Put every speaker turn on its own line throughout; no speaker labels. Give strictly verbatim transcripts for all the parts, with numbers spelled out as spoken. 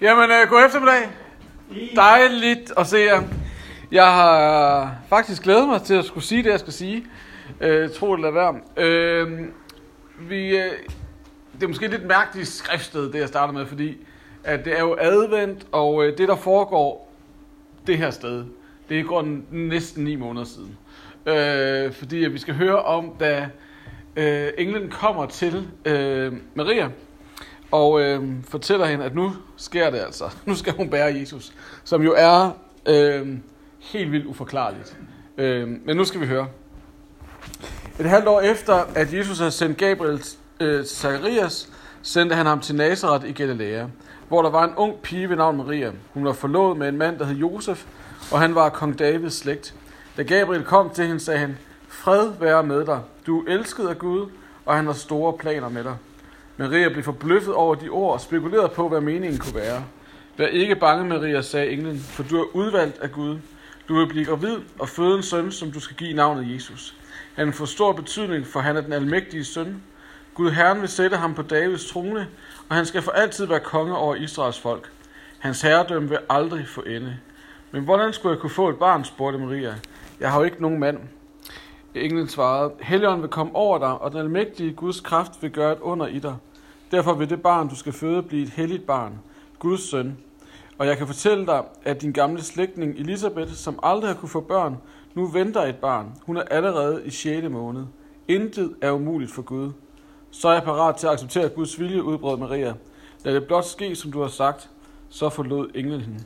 Jamen, øh, god eftermiddag. Dejligt at se jer. Jeg har faktisk glædet mig til at skulle sige det, jeg skal sige. Øh, tro det lad være. Øh, vi, øh, det er måske lidt mærkeligt skriftsted, det jeg starter med, fordi at det er jo advent, og øh, det, der foregår det her sted, det går næsten ni måneder siden. Øh, fordi at vi skal høre om, da øh, englen kommer til øh, Maria, og øh, fortæller hende, at nu sker det altså. Nu skal hun bære Jesus, som jo er øh, helt vildt uforklarligt. Øh, men nu skal vi høre. Et halvt år efter, at Jesus havde sendt Gabriel øh, til Zacharias, sendte han ham til Nazareth i Galilea, hvor der var en ung pige ved navn Maria. Hun var forlovet med en mand, der hed Josef, og han var kong Davids slægt. Da Gabriel kom til hende, sagde han: "Fred være med dig. Du er elsket af Gud, og han har store planer med dig." Maria blev forbløffet over de ord og spekulerede på, hvad meningen kunne være. "Vær ikke bange, Maria," sagde englen, "for du er udvalgt af Gud. Du vil blive gravid og føde en søn, som du skal give navnet Jesus. Han får stor betydning, for han er den almægtige søn. Gud Herren vil sætte ham på Davids trone, og han skal for altid være konge over Israels folk. Hans herredømme vil aldrig få ende." "Men hvordan skulle jeg kunne få et barn?" spurgte Maria. "Jeg har jo ikke nogen mand." Englen svarede: "Helligånden vil komme over dig, og den almægtige Guds kraft vil gøre et under i dig. Derfor vil det barn, du skal føde, blive et helligt barn, Guds søn. Og jeg kan fortælle dig, at din gamle slægtning Elisabeth, som aldrig har kunne få børn, nu venter et barn. Hun er allerede i sjette måned. Intet er umuligt for Gud." "Så er jeg parat til at acceptere Guds vilje," udbrød Maria. "Lad det blot ske, som du har sagt." Så forlod englen hende.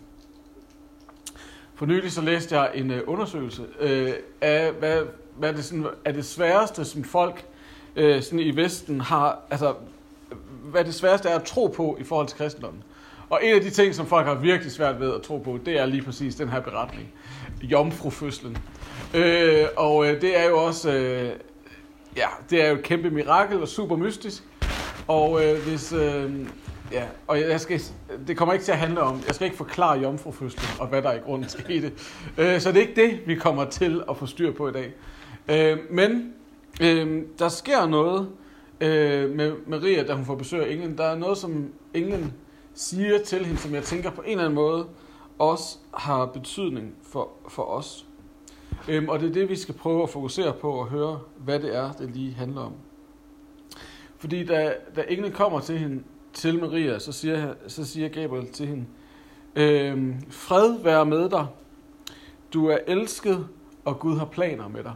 For nylig så læste jeg en uh, undersøgelse uh, af, hvad, hvad det sådan, er det sværeste, som folk uh, sådan i Vesten har, altså hvad det sværeste er at tro på i forhold til kristendommen. Og en af de ting, som folk har virkelig svært ved at tro på, det er lige præcis den her beretning. Jomfrufødslen. Uh, og uh, det er jo også, uh, ja, det er jo et kæmpe mirakel og super mystisk. Og uh, hvis... Uh, Ja, og jeg skal, det kommer ikke til at handle om, jeg skal ikke forklare jomfrufødslen og hvad der er i grunden til det. Øh, så det er ikke det, vi kommer til at få styr på i dag. Øh, men øh, der sker noget øh, med Maria, da hun får besøg af englen. Der er noget, som englen siger til hende, som jeg tænker på en eller anden måde også har betydning for, for os. Øh, og det er det, vi skal prøve at fokusere på og høre, hvad det er, det lige handler om. Fordi da, da englen kommer til hende, til Maria, så siger, så siger Gabriel til hende: øhm, "Fred være med dig. Du er elsket, og Gud har planer med dig."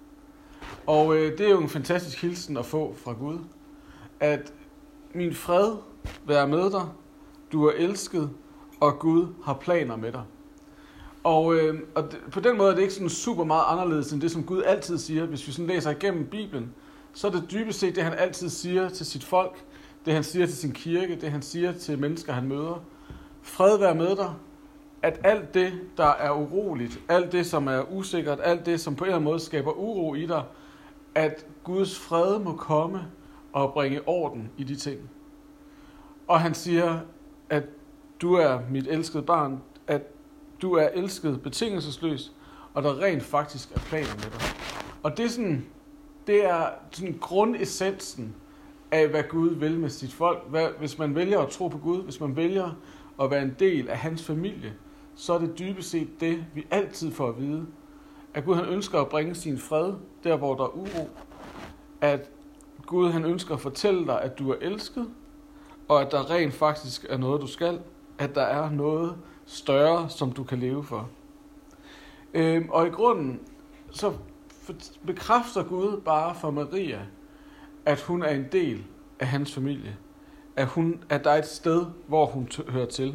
Og øh, det er jo en fantastisk hilsen at få fra Gud. At min fred være med dig. Du er elsket, og Gud har planer med dig. Og, øh, og det, på den måde er det ikke sådan super meget anderledes end det, som Gud altid siger. Hvis vi sådan læser igennem Bibelen, så er det dybest set det, han altid siger til sit folk. Det han siger til sin kirke, det han siger til mennesker, han møder. Fred være med dig. At alt det, der er uroligt, alt det, som er usikkert, alt det, som på en eller anden måde skaber uro i dig, at Guds fred må komme og bringe orden i de ting. Og han siger, at du er mit elskede barn, at du er elsket betingelsesløst, og der rent faktisk er planer med dig. Og det er sådan, det er sådan grundessensen af, hvad Gud vil med sit folk. Hvad, hvis man vælger at tro på Gud, hvis man vælger at være en del af hans familie, så er det dybest set det, vi altid får at vide. At Gud han ønsker at bringe sin fred, der hvor der er uro. At Gud han ønsker at fortælle dig, at du er elsket, og at der rent faktisk er noget, du skal. At der er noget større, som du kan leve for. Øhm, og i grunden, så bekræfter Gud bare for Maria, at hun er en del af hans familie. At, hun, at der er et sted, hvor hun t- hører til.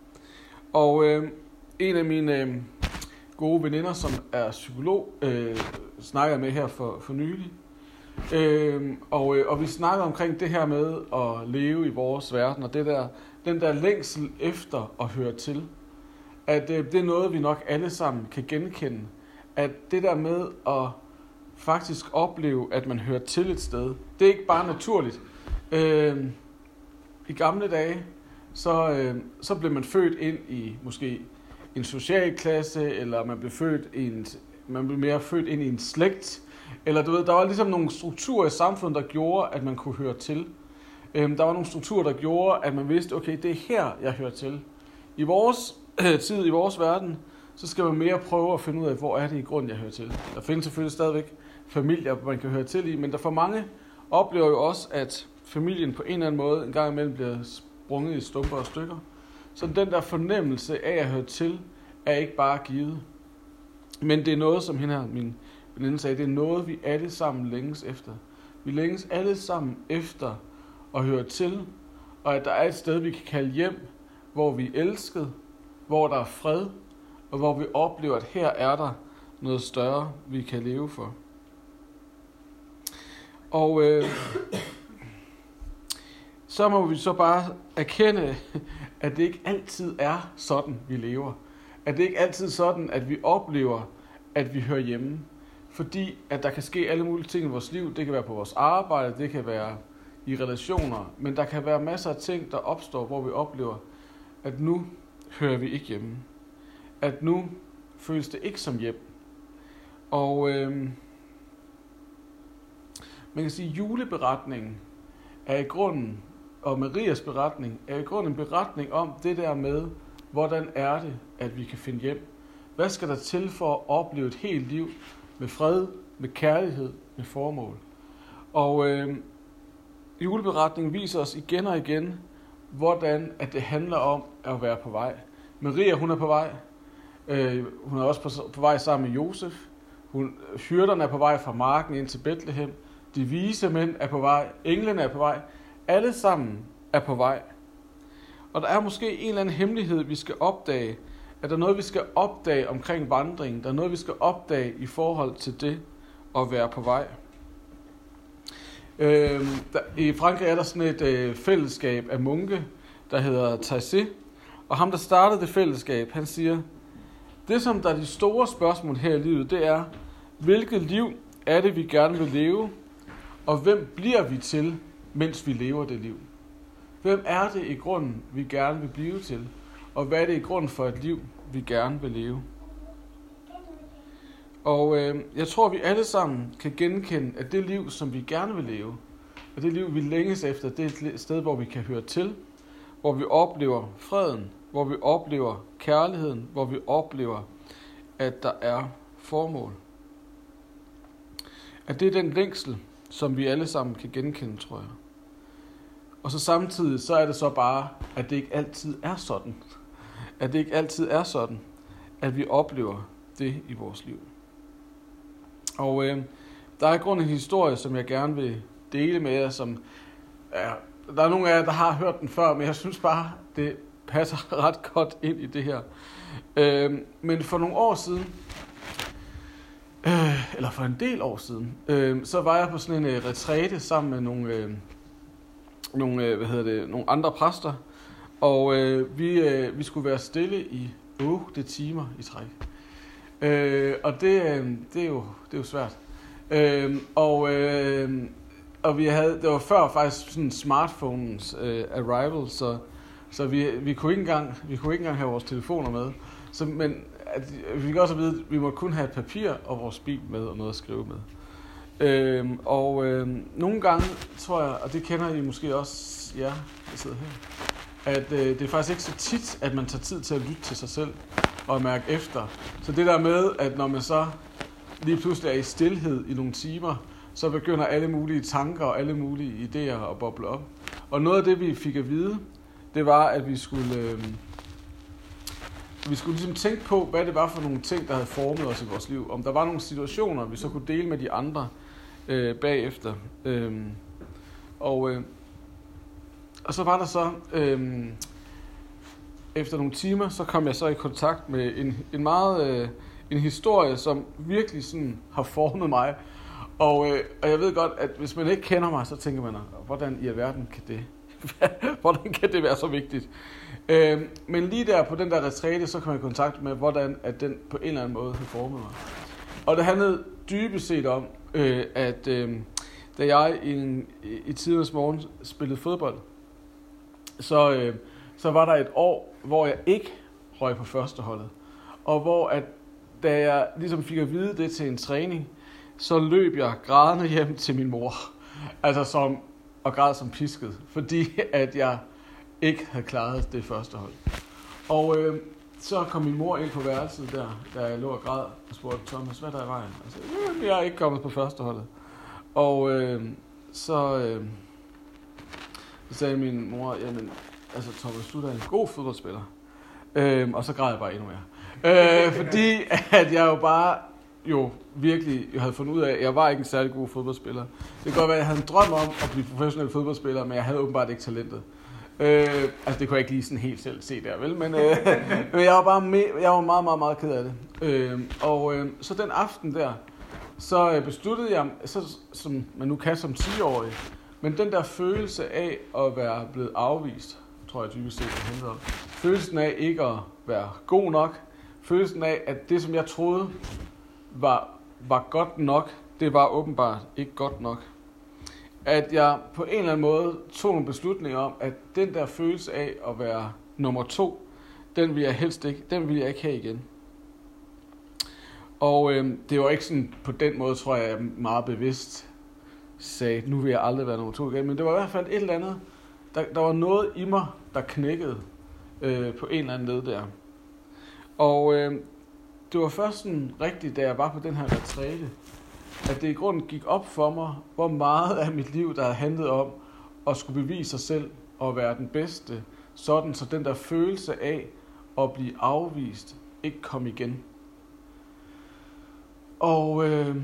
Og øh, en af mine øh, gode veninder, som er psykolog, øh, snakker med her for, for nylig. Øh, og, øh, og vi snakker omkring det her med at leve i vores verden, og det der, den der længsel efter at høre til. At øh, det er noget, vi nok alle sammen kan genkende. At det der med at faktisk opleve, at man hører til et sted. Det er ikke bare naturligt. Øh, I gamle dage, så, øh, så blev man født ind i måske en social klasse, eller man blev født i en, man blev mere født ind i en slægt, eller du ved, der var ligesom nogle strukturer i samfundet, der gjorde, at man kunne høre til. Øhm, der var nogle strukturer, der gjorde, at man vidste, okay, det er her, jeg hører til. I vores øh, tid, i vores verden, så skal man mere prøve at finde ud af, hvor er det i grund, jeg hører til. Der findes selvfølgelig stadigvæk familier, man kan høre til i, men der for mange oplever jo også, at familien på en eller anden måde en gang imellem bliver sprunget i stumper og stykker. Så den der fornemmelse af at høre til, er ikke bare givet. Men det er noget, som hende her, min veninde sagde, det er noget, vi alle sammen længes efter. Vi længes alle sammen efter at høre til, og at der er et sted, vi kan kalde hjem, hvor vi er elsket, hvor der er fred, og hvor vi oplever, at her er der noget større, vi kan leve for. Og øh, så må vi så bare erkende, at det ikke altid er sådan, vi lever. At det ikke altid er sådan, at vi oplever, at vi hører hjemme. Fordi at der kan ske alle mulige ting i vores liv. Det kan være på vores arbejde, det kan være i relationer. Men der kan være masser af ting, der opstår, hvor vi oplever, at nu hører vi ikke hjemme. At nu føles det ikke som hjem. Og øh, man kan sige, at juleberetningen er i grunden, og Marias beretning er i grunden en beretning om det der med, hvordan er det, at vi kan finde hjem. Hvad skal der til for at opleve et helt liv med fred, med kærlighed, med formål? Og øh, juleberetningen viser os igen og igen, hvordan at det handler om at være på vej. Maria, hun er på vej. Øh, hun er også på, på vej sammen med Josef. Hun, hyrderne er på vej fra marken ind til Bethlehem. De vise mænd er på vej. Englene er på vej. Alle sammen er på vej. Og der er måske en eller anden hemmelighed, vi skal opdage. At der er noget, vi skal opdage omkring vandringen. Der er noget, vi skal opdage i forhold til det at være på vej. Øh, der, I Frankrig er der sådan et øh, fællesskab af munke, der hedder Taizé. Og ham, der startede det fællesskab, han siger, det som der er de store spørgsmål her i livet, det er, hvilket liv er det, vi gerne vil leve? Og hvem bliver vi til, mens vi lever det liv? Hvem er det i grunden, vi gerne vil blive til? Og hvad er det i grunden for et liv, vi gerne vil leve? Og øh, jeg tror, vi alle sammen kan genkende, at det liv, som vi gerne vil leve, og det liv, vi længes efter, det er et sted, hvor vi kan høre til, hvor vi oplever freden, hvor vi oplever kærligheden, hvor vi oplever, at der er formål. At det er den længsel, som vi alle sammen kan genkende, tror jeg. Og så samtidig, så er det så bare, at det ikke altid er sådan. At det ikke altid er sådan, at vi oplever det i vores liv. Og øh, der er i grunden en historie, som jeg gerne vil dele med jer, som ja, der er nogle af jer, der har hørt den før, men jeg synes bare, det passer ret godt ind i det her. Øh, men for nogle år siden, øh, eller for en del år siden, øh, så var jeg på sådan en uh, retræte sammen med nogle, øh, nogle, øh, hvad hedder det, nogle andre præster, og øh, vi, øh, vi skulle være stille i otte timer i træk. Øh, og det, øh, det, er jo, det er jo svært. Øh, og, øh, og vi havde, det var før faktisk sådan smartphones øh, arrival, så, så vi, vi, kunne ikke engang, vi kunne ikke engang have vores telefoner med. Så, men at, vi fik også at vide, at vi måtte kun have et papir og vores bil med og noget at skrive med. Øh, og øh, nogle gange, tror jeg, og det kender I måske også jer, der sidder her, at øh, det er faktisk ikke så tit, at man tager tid til at lytte til sig selv og mærke efter. Så det der med, at når man så lige pludselig er i stilhed i nogle timer, så begynder alle mulige tanker og alle mulige idéer at boble op. Og noget af det, vi fik at vide, det var, at vi skulle, øh, vi skulle ligesom tænke på, hvad det var for nogle ting, der havde formet os i vores liv. Om der var nogle situationer, vi så kunne dele med de andre øh, bagefter. Øh, og, øh, og så var der så... Øh, Efter nogle timer, så kom jeg så i kontakt med en, en meget øh, en historie, som virkelig sådan har formet mig. Og, øh, og jeg ved godt, at hvis man ikke kender mig, så tænker man, hvordan i alverden kan det, hvordan kan det være så vigtigt? Øh, men lige der på den der retræte, så kom jeg i kontakt med, hvordan at den på en eller anden måde har formet mig. Og det handlede dybest set om, øh, at øh, da jeg i, en, i tidernes morgen spillede fodbold, så... Øh, så var der et år, hvor jeg ikke røg på førsteholdet. Og hvor, at, da jeg ligesom fik at vide det til en træning, så løb jeg grædende hjem til min mor. Altså som og græd som pisket, fordi at jeg ikke havde klaret det første hold. Og øh, så kom min mor ind på værelset der, da jeg lå og græd, og spurgte Thomas, hvad der er i vejen? Og så sagde, jeg er ikke kommet på første holdet. Og øh, så, øh, så sagde min mor, jamen, altså Thomas, du er en god fodboldspiller. Øh, og så græd jeg bare endnu mere. Øh, fordi at jeg jo bare jo virkelig jeg havde fundet ud af, at jeg var ikke en særlig god fodboldspiller. Det kan godt være, at jeg havde en drøm om at blive professionel fodboldspiller, men jeg havde åbenbart ikke talentet. Øh, altså det kunne jeg ikke lige sådan helt selv se der, vel? Men, øh, men jeg var bare med, jeg var meget, meget, meget ked af det. Øh, og øh, så den aften der, så besluttede jeg, så, som man nu kan som ti-årig, men den der følelse af at være blevet afvist, tror jeg dybest set, det handler om. Følelsen af ikke at være god nok, følelsen af, at det, som jeg troede var, var godt nok, det var åbenbart ikke godt nok. At jeg på en eller anden måde tog en beslutning om, at den der følelse af at være nummer to, den vil jeg helst ikke, den vil jeg ikke have igen. Og øh, det var ikke sådan på den måde, tror jeg, jeg meget bevidst sagde, nu vil jeg aldrig være nummer to igen. Men det var i hvert fald et eller andet, der, der var noget i mig, der knækkede øh, på en eller anden led der. Og øh, det var først sådan rigtigt, da jeg var på den her retræte, at det i grunden gik op for mig, hvor meget af mit liv, der havde handlet om at skulle bevise sig selv og være den bedste, sådan så den der følelse af at blive afvist ikke kom igen. Og, øh,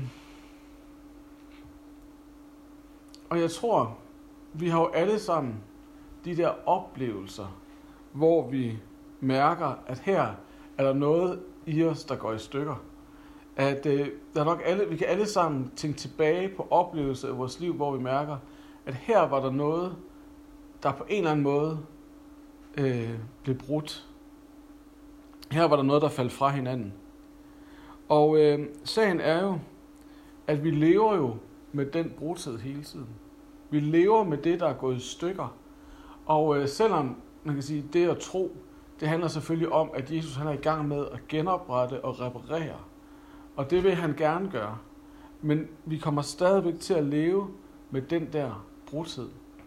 og jeg tror, vi har jo alle sammen de der oplevelser, hvor vi mærker, at her er der noget i os, der går i stykker. At øh, der er nok alle, vi kan alle sammen tænke tilbage på oplevelser i vores liv, hvor vi mærker, at her var der noget, der på en eller anden måde øh, blev brudt. Her var der noget, der faldt fra hinanden. Og øh, sagen er jo, at vi lever jo med den brudthed hele tiden. Vi lever med det, der er gået i stykker. Og øh, selvom man kan sige, det at tro, det handler selvfølgelig om, at Jesus han er i gang med at genoprette og reparere. Og det vil han gerne gøre. Men vi kommer stadigvæk til at leve med den der brudthed.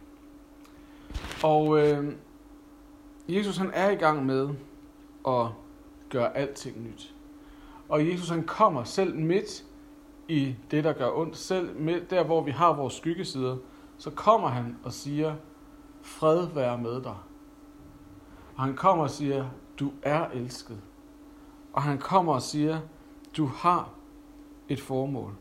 Og øh, Jesus han er i gang med at gøre alting nyt. Og Jesus han kommer selv midt i det, der gør ondt. Selv midt der, hvor vi har vores skyggesider, så kommer han og siger, fred være med dig. Og han kommer og siger, du er elsket. Og han kommer og siger, du har et formål.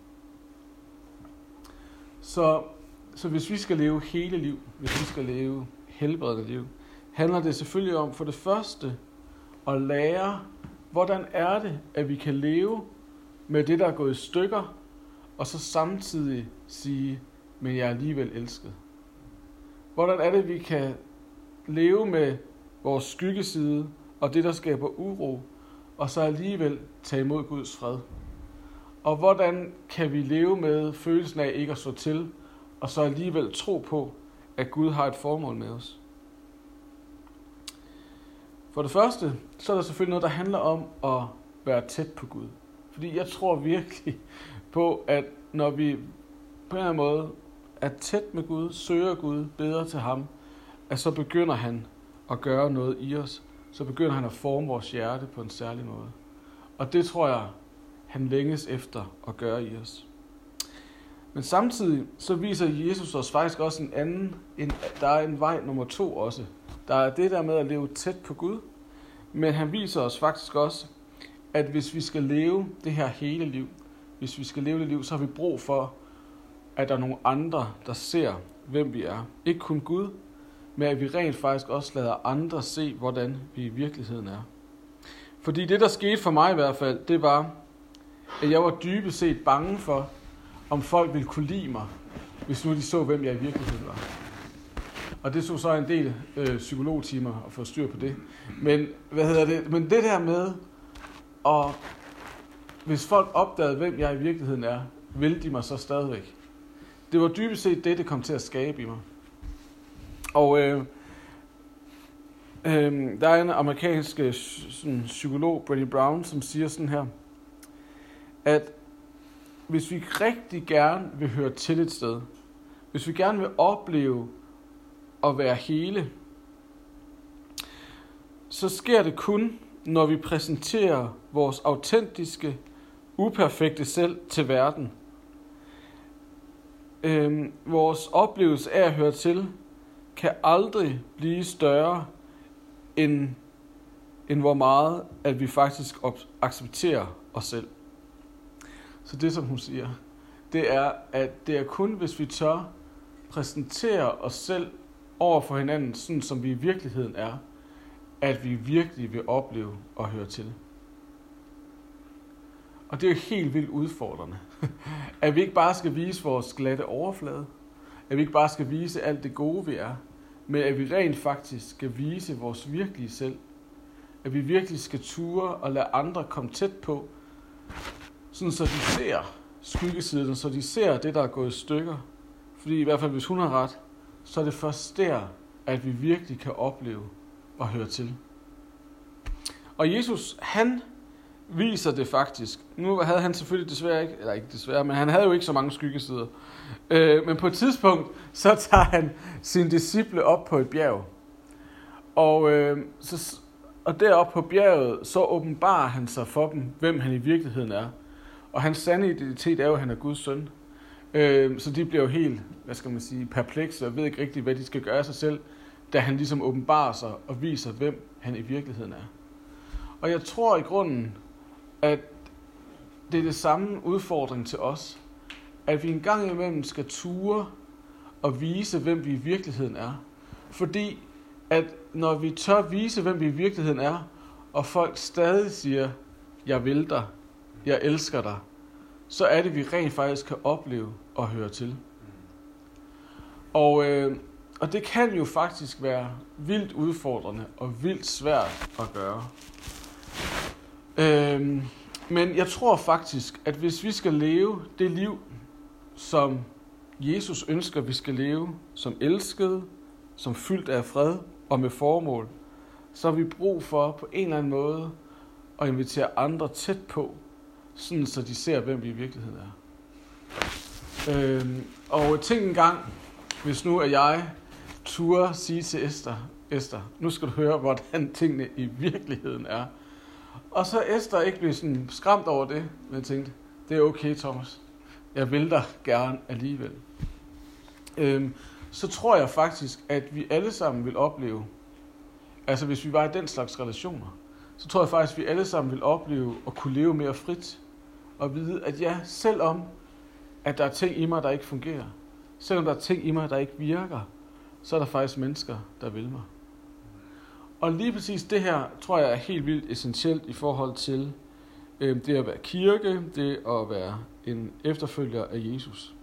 Så, så hvis vi skal leve hele liv, hvis vi skal leve helbredende liv, handler det selvfølgelig om for det første at lære, hvordan er det, at vi kan leve med det, der er gået i stykker, og så samtidig sige, men jeg er alligevel elsket. Hvordan er det, vi kan leve med vores skyggeside og det, der skaber uro, og så alligevel tage imod Guds fred. Og hvordan kan vi leve med følelsen af ikke at stå til, og så alligevel tro på, at Gud har et formål med os. For det første, så er der selvfølgelig noget, der handler om at være tæt på Gud. Fordi jeg tror virkelig på, at når vi på en eller anden måde er tæt med Gud, søger Gud, beder til ham, at så begynder han at gøre noget i os. Så begynder han at forme vores hjerte på en særlig måde. Og det tror jeg, han længes efter at gøre i os. Men samtidig så viser Jesus os faktisk også en anden, en, der er en vej nummer to også. Der er det der med at leve tæt på Gud, men han viser os faktisk også, at hvis vi skal leve det her hele liv, hvis vi skal leve det liv, så har vi brug for, at der er nogle andre, der ser, hvem vi er. Ikke kun Gud, men at vi rent faktisk også lader andre se, hvordan vi i virkeligheden er. Fordi det, der skete for mig i hvert fald, det var, at jeg var dybest set bange for, om folk ville kunne lide mig, hvis nu de så, hvem jeg i virkeligheden var. Og det tog så en del øh, psykologtimer at få styr på det. Men, hvad hedder det? Men det der med, at hvis folk opdagede, hvem jeg i virkeligheden er, ville de mig så stadigvæk. Det var dybest set det, det kom til at skabe i mig. Og øh, øh, der er en amerikansk sådan, psykolog, Brené Brown, som siger sådan her, at hvis vi rigtig gerne vil høre til et sted, hvis vi gerne vil opleve at være hele, så sker det kun, når vi præsenterer vores autentiske, uperfekte selv til verden. Øhm, vores oplevelse af at høre til, kan aldrig blive større, end, end hvor meget, at vi faktisk op- accepterer os selv. Så det, som hun siger, det er, at det er kun, hvis vi tør præsentere os selv over for hinanden, sådan som vi i virkeligheden er, at vi virkelig vil opleve at høre til. Og det er jo helt vildt udfordrende. At vi ikke bare skal vise vores glatte overflade, at vi ikke bare skal vise alt det gode, vi er, men at vi rent faktisk skal vise vores virkelige selv. At vi virkelig skal ture og lade andre komme tæt på, sådan så de ser skyggesiden, så de ser det, der er gået i stykker. Fordi i hvert fald, hvis hun har ret, så er det først der, at vi virkelig kan opleve og høre til. Og Jesus, han viser det faktisk. Nu havde han selvfølgelig desværre ikke, eller ikke desværre, men han havde jo ikke så mange skyggesider. Øh, men på et tidspunkt, så tager han sine disciple op på et bjerg. Og, øh, så, og deroppe på bjerget, så åbenbarer han sig for dem, hvem han i virkeligheden er. Og hans sande identitet er jo, at han er Guds søn. Øh, så de bliver jo helt, hvad skal man sige, perplekse og ved ikke rigtig, hvad de skal gøre af sig selv, da han ligesom åbenbarer sig og viser, hvem han i virkeligheden er. Og jeg tror i grunden, at det er det samme udfordring til os, at vi en gang imellem skal ture og vise, hvem vi i virkeligheden er. Fordi at når vi tør vise, hvem vi i virkeligheden er, og folk stadig siger, jeg vil dig, jeg elsker dig, så er det, vi rent faktisk kan opleve og høre til. Og, øh, og det kan jo faktisk være vildt udfordrende og vildt svært at gøre. Øh, men jeg tror faktisk, at hvis vi skal leve det liv, som Jesus ønsker, vi skal leve, som elskede, som fyldt af fred og med formål, så har vi brug for på en eller anden måde at invitere andre tæt på, sådan så de ser, hvem vi i virkeligheden er. Øhm, og tænk en gang, hvis nu at jeg turde sige til Esther, Esther, nu skal du høre, hvordan tingene i virkeligheden er. Og så Esther ikke blev sådan skræmt over det, men jeg tænkte, det er okay, Thomas. Jeg vil dig gerne alligevel. Øhm, så tror jeg faktisk, at vi alle sammen vil opleve, altså hvis vi var i den slags relationer, så tror jeg faktisk, at vi alle sammen vil opleve at kunne leve mere frit. Og vide, at ja, selvom at der er ting i mig, der ikke fungerer, selvom der er ting i mig, der ikke virker, så er der faktisk mennesker, der vil mig. Og lige præcis det her, tror jeg er helt vildt essentielt i forhold til øh, det at være kirke, det at være en efterfølger af Jesus.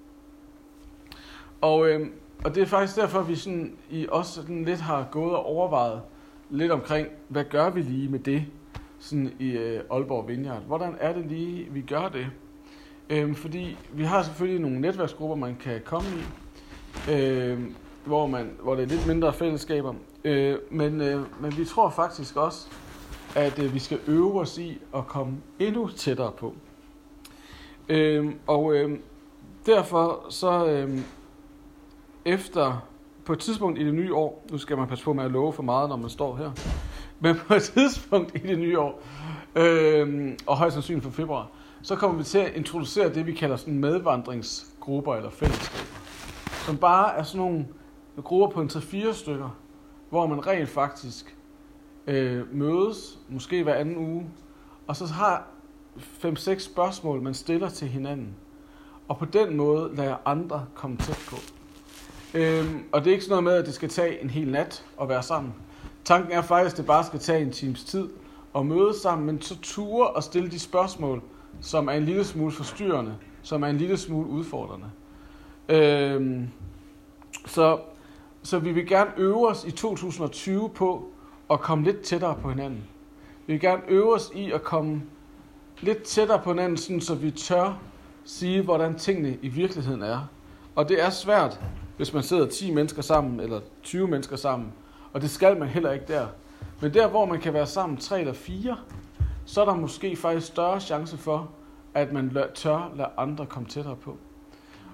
Og, øh, og det er faktisk derfor, at vi sådan, i også sådan lidt har gået og overvejet lidt omkring, hvad gør vi lige med det, sådan i øh, Aalborg Vineyard. Hvordan er det lige, vi gør det? Øhm, fordi vi har selvfølgelig nogle netværksgrupper, man kan komme i, øh, hvor, man, hvor det er lidt mindre fællesskaber. Øh, men, øh, men vi tror faktisk også, at øh, vi skal øve os i at komme endnu tættere på. Øh, og øh, derfor så øh, efter på et tidspunkt i det nye år, nu skal man passe på med at love for meget, når man står her, men på et tidspunkt i det nye år, øh, og højst sandsynligt for februar, så kommer vi til at introducere det, vi kalder sådan medvandringsgrupper eller fællesskaber. Som bare er sådan nogle grupper på en tre fire stykker, hvor man rent faktisk øh, mødes, måske hver anden uge, og så har fem seks spørgsmål, man stiller til hinanden. Og på den måde lader andre komme tæt på. Øhm, og det er ikke sådan noget med, at det skal tage en hel nat at være sammen. Tanken er faktisk, at det bare skal tage en times tid at mødes sammen, men så ture og stille de spørgsmål, som er en lille smule forstyrrende, som er en lille smule udfordrende. Øhm, så, så vi vil gerne øve os i to tusind og tyve på at komme lidt tættere på hinanden. Vi vil gerne øve os i at komme lidt tættere på hinanden, sådan, så vi tør sige, hvordan tingene i virkeligheden er. Og det er svært, hvis man sidder ti mennesker sammen, eller tyve mennesker sammen, og det skal man heller ikke der. Men der, hvor man kan være sammen tre eller fire, så er der måske faktisk større chance for, at man tør lade andre komme tættere på.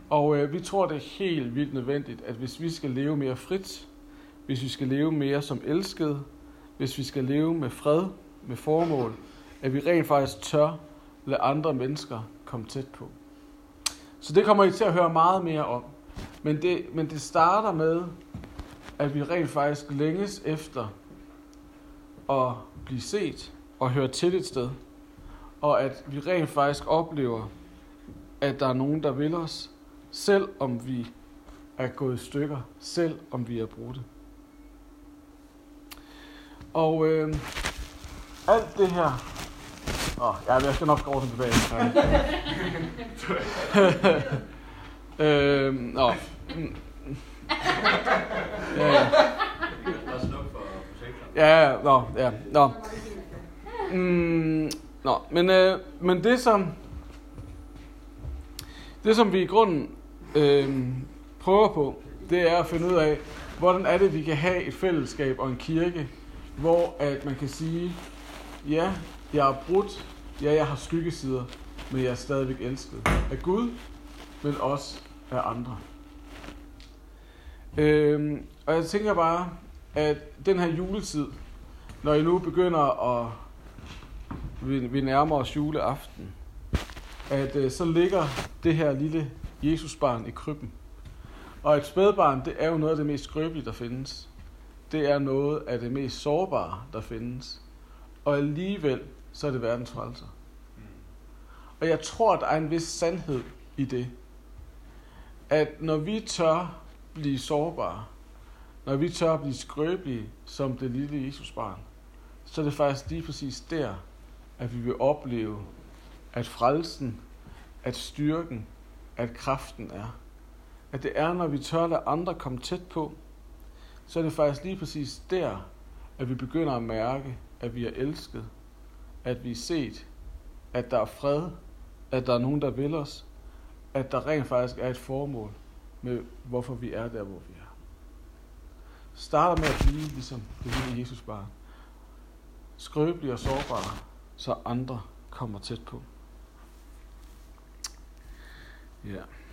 Og øh, vi tror, det er helt vildt nødvendigt, at hvis vi skal leve mere frit, hvis vi skal leve mere som elskede, hvis vi skal leve med fred, med formål, at vi rent faktisk tør lade andre mennesker komme tæt på. Så det kommer I til at høre meget mere om. Men det, men det starter med, at vi rent faktisk længes efter at blive set og høre til et sted. Og at vi rent faktisk oplever, at der er nogen, der vil os, selv om vi er gået i stykker, selv om vi er brudte. Og øh, alt det her... Åh, oh, ja, jeg skal nok gå over den tilbage. øh, nå. Ja, ja. Ja, nå, ja, nå. Mm, nå, men, øh, men det som... Det som vi i grunden øh, prøver på, det er at finde ud af, hvordan er det, vi kan have et fællesskab og en kirke, hvor at man kan sige, ja, jeg er brudt, ja, jeg har skyggesider, men jeg er stadigvæk elsket af Gud, men også af andre. Øhm, og jeg tænker bare, at den her juletid, når I nu begynder at vi, vi nærmer os juleaften, at øh, så ligger det her lille Jesusbarn i krybben. Og et spædbarn, det er jo noget af det mest skrøbelige, der findes. Det er noget af det mest sårbare, der findes. Og alligevel, så er det verdens frelser. Og jeg tror, der er en vis sandhed i det. At når vi tør blive sårbare, når vi tør blive skrøbelige som det lille Jesusbarn, så er det faktisk lige præcis der, at vi vil opleve, at frelsen, at styrken, at kraften er. At det er, når vi tør lade andre komme tæt på, så er det faktisk lige præcis der, at vi begynder at mærke, at vi er elsket, at vi er set, at der er fred, at der er nogen, der vil os, at der rent faktisk er et formål med, hvorfor vi er der, hvor vi er. Starter med at blive ligesom det lille Jesusbarn. Skrøbelige og sårbare, så andre kommer tæt på. Ja.